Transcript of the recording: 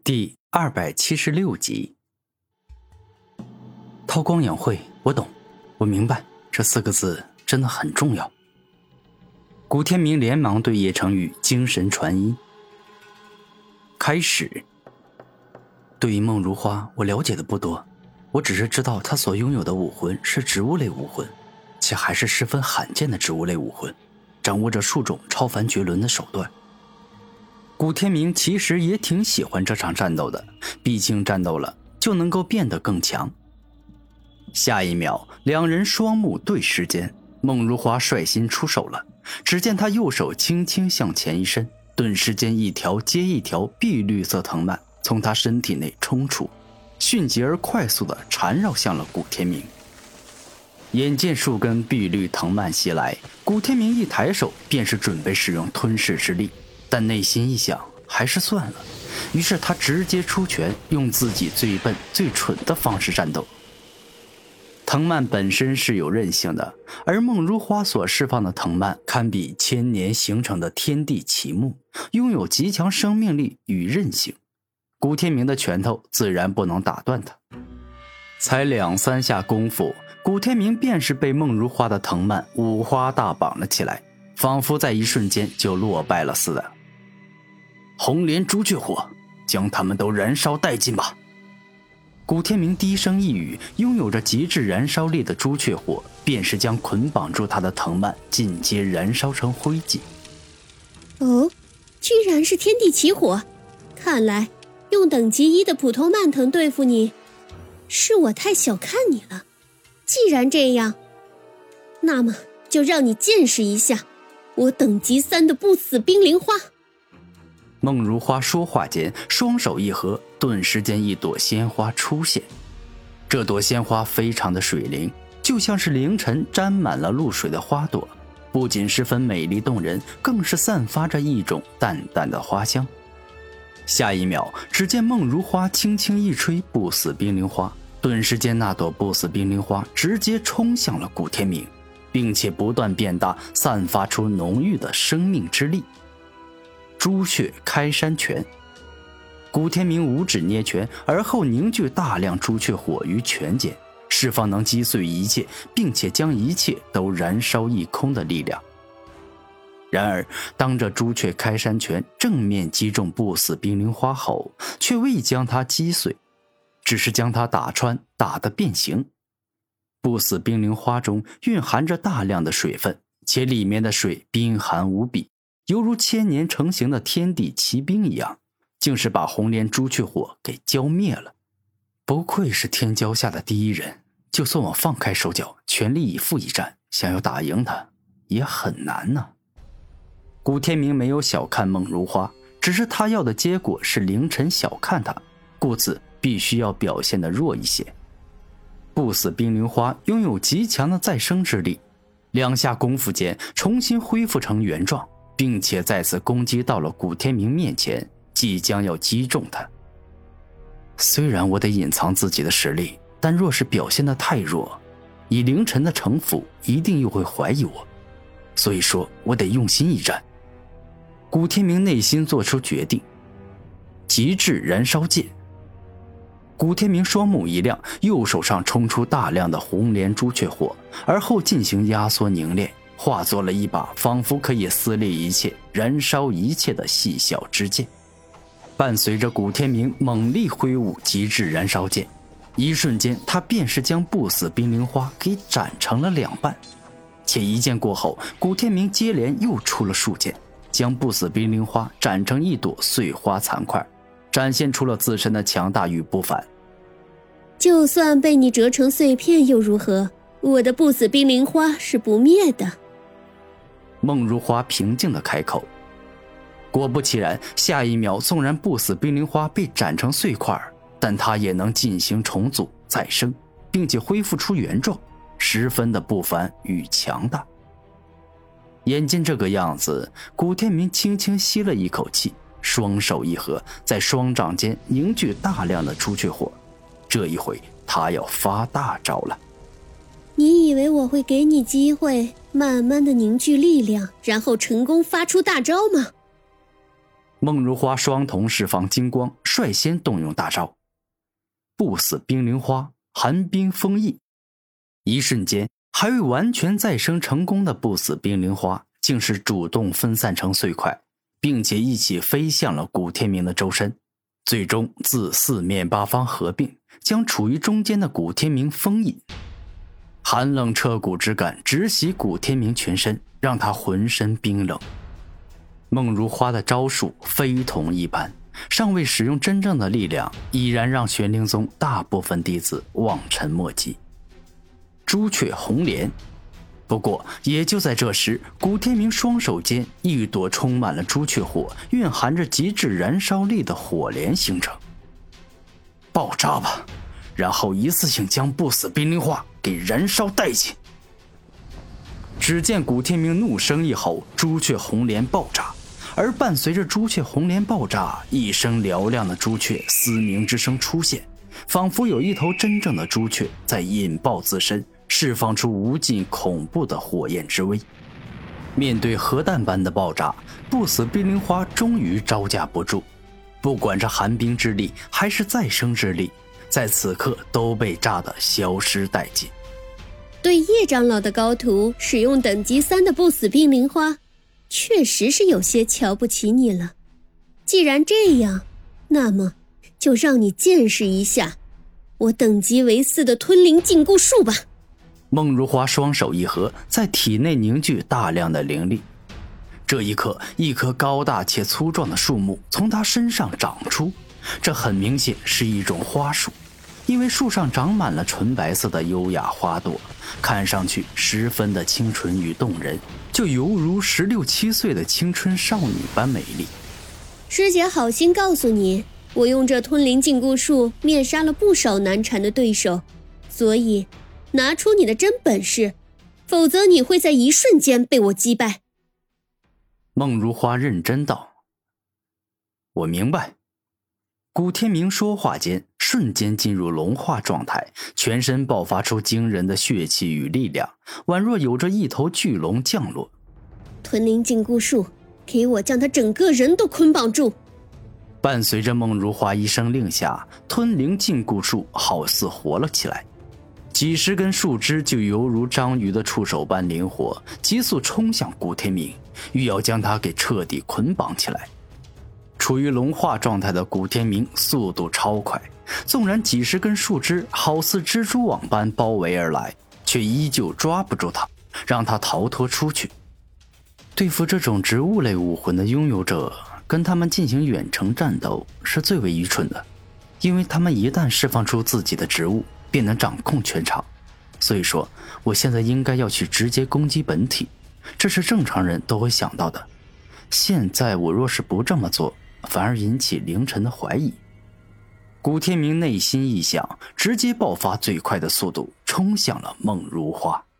第276集。韬光养晦，我懂，我明白，这4个字真的很重要。古天明连忙对叶成宇精神传音。开始。对于梦如花，我了解的不多，我只是知道她所拥有的武魂是植物类武魂，且还是十分罕见的植物类武魂，掌握着数种超凡绝伦的手段。古天明其实也挺喜欢这场战斗的，毕竟战斗了就能够变得更强。下一秒，两人双目对视间，孟如花率先出手了。只见她右手轻轻向前一伸，顿时间一条接一条碧绿色藤蔓从她身体内冲出，迅捷而快速地缠绕向了古天明。眼见数根碧绿藤蔓袭来，古天明一抬手便是准备使用吞噬之力，但内心一想，还是算了。于是他直接出拳，用自己最笨最蠢的方式战斗。藤蔓本身是有韧性的，而梦如花所释放的藤蔓堪比千年形成的天地奇木，拥有极强生命力与韧性。古天明的拳头自然不能打断它。才2、3下功夫，古天明便是被梦如花的藤蔓五花大绑了起来，仿佛在一瞬间就落败了似的。红莲朱雀火，将他们都燃烧殆尽吧！古天明低声一语，拥有着极致燃烧力的朱雀火便是将捆绑住他的藤蔓尽皆燃烧成灰烬。 哦，居然是天地奇火，看来用等级1的普通蔓藤对付你，是我太小看你了。既然这样，那么就让你见识一下我等级3的不死冰灵花。 孟如花说话间，双手一合，顿时间一朵鲜花出现。这朵鲜花非常的水灵，就像是凌晨沾满了露水的花朵，不仅十分美丽动人，更是散发着一种淡淡的花香。下一秒，只见孟如花轻轻一吹不死冰灵花，顿时间那朵不死冰灵花直接冲向了古天明，并且不断变大，散发出浓郁的生命之力。朱雀开山拳。古天明五指捏拳，而后凝聚大量朱雀火于拳间，释放能击碎一切，并且将一切都燃烧一空的力量。然而当这朱雀开山拳正面击中不死冰灵花后，却未将它击碎，只是将它打穿，打得变形。不死冰灵花中蕴含着大量的水分，且里面的水冰寒无比，犹如千年成型的天地奇冰一样，竟是把红莲朱雀火给浇灭了。不愧是天骄下的第一人，就算我放开手脚，全力以赴一战，想要打赢他也很难呢。古天明没有小看孟如花，只是他要的结果是凌晨小看他，故此必须要表现得弱一些。不死冰灵花拥有极强的再生之力，2下功夫间重新恢复成原状，并且再次攻击到了古天明面前，即将要击中他。虽然我得隐藏自己的实力，但若是表现得太弱，以凌晨的城府一定又会怀疑我，所以说我得用心一战。古天明内心做出决定，极致燃烧剑。古天明双目一亮，右手上冲出大量的红莲朱雀火，而后进行压缩凝练，化作了一把仿佛可以撕裂一切、燃烧一切的细小之剑。伴随着古天明猛力挥舞极致燃烧剑，一瞬间他便是将不死冰灵花给斩成了2半。且一剑过后，古天明接连又出了数剑，将不死冰灵花斩成一朵碎花残块，展现出了自身的强大与不凡。 就算被你折成碎片又如何？我的不死冰灵花是不灭的。 孟如花平静地开口。果不其然，下一秒纵然不死冰灵花被斩成碎块，但它也能进行重组再生，并且恢复出原状，十分的不凡与强大。眼见这个样子，古天明轻轻吸了一口气，双手一合，在双掌间凝聚大量的朱雀火。这一回他要发大招了。 你以为我会给你机会慢慢的凝聚力量，然后成功发出大招吗？ 孟如花双瞳释放金光，率先动用大招不死冰灵花寒冰封印。一瞬间，还未完全再生成功的不死冰灵花竟是主动分散成碎块，并且一起飞向了古天明的周身，最终自四面八方合并，将处于中间的古天明封印。寒冷彻骨之感直袭古天明全身，让他浑身冰冷。孟如花的招数非同一般，尚未使用真正的力量，已然让玄灵宗大部分弟子望尘莫及。朱雀红莲。不过也就在这时，古天明双手间一朵充满了朱雀火，蕴含着极致燃烧力的火莲形成。爆炸吧，然后一次性将不死冰灵花给燃烧殆尽。只见古天明怒声一吼，朱雀红莲爆炸，而伴随着朱雀红莲爆炸，一声嘹亮的朱雀嘶鸣之声出现，仿佛有一头真正的朱雀在引爆自身，释放出无尽恐怖的火焰之威。面对核弹般的爆炸，不死冰灵花终于招架不住，不管是寒冰之力还是再生之力，在此刻都被炸得消失殆尽。 对叶长老的高徒使用等级3的不死冰灵花，确实是有些瞧不起你了。既然这样，那么就让你见识一下我等级为4的吞灵禁锢术吧。 孟如花双手一合，在体内凝聚大量的灵力。这一刻，一棵高大且粗壮的树木从她身上长出，这很明显是一种花树，因为树上长满了纯白色的优雅花朵，看上去十分的清纯与动人，就犹如16、17岁的青春少女般美丽。 师姐好心告诉你，我用这吞灵禁锢术灭杀了不少难缠的对手，所以拿出你的真本事，否则你会在一瞬间被我击败。 孟如花认真道：我明白。古天明说话间，瞬间进入龙化状态，全身爆发出惊人的血气与力量，宛若有着一头巨龙降落。 吞灵禁锢术，给我将他整个人都捆绑住。 伴随着孟如花一声令下，吞灵禁锢术好似活了起来，几十根树枝就犹如章鱼的触手般灵活，急速冲向古天明，欲要将他给彻底捆绑起来。处于龙化状态的古天明速度超快，纵然几十根树枝好似蜘蛛网般包围而来，却依旧抓不住他，让他逃脱出去。对付这种植物类武魂的拥有者，跟他们进行远程战斗是最为愚蠢的，因为他们一旦释放出自己的植物，便能掌控全场。所以说，我现在应该要去直接攻击本体，这是正常人都会想到的。现在我若是不这么做，反而引起凌晨的怀疑。古天明内心一想，直接爆发最快的速度冲向了孟如花。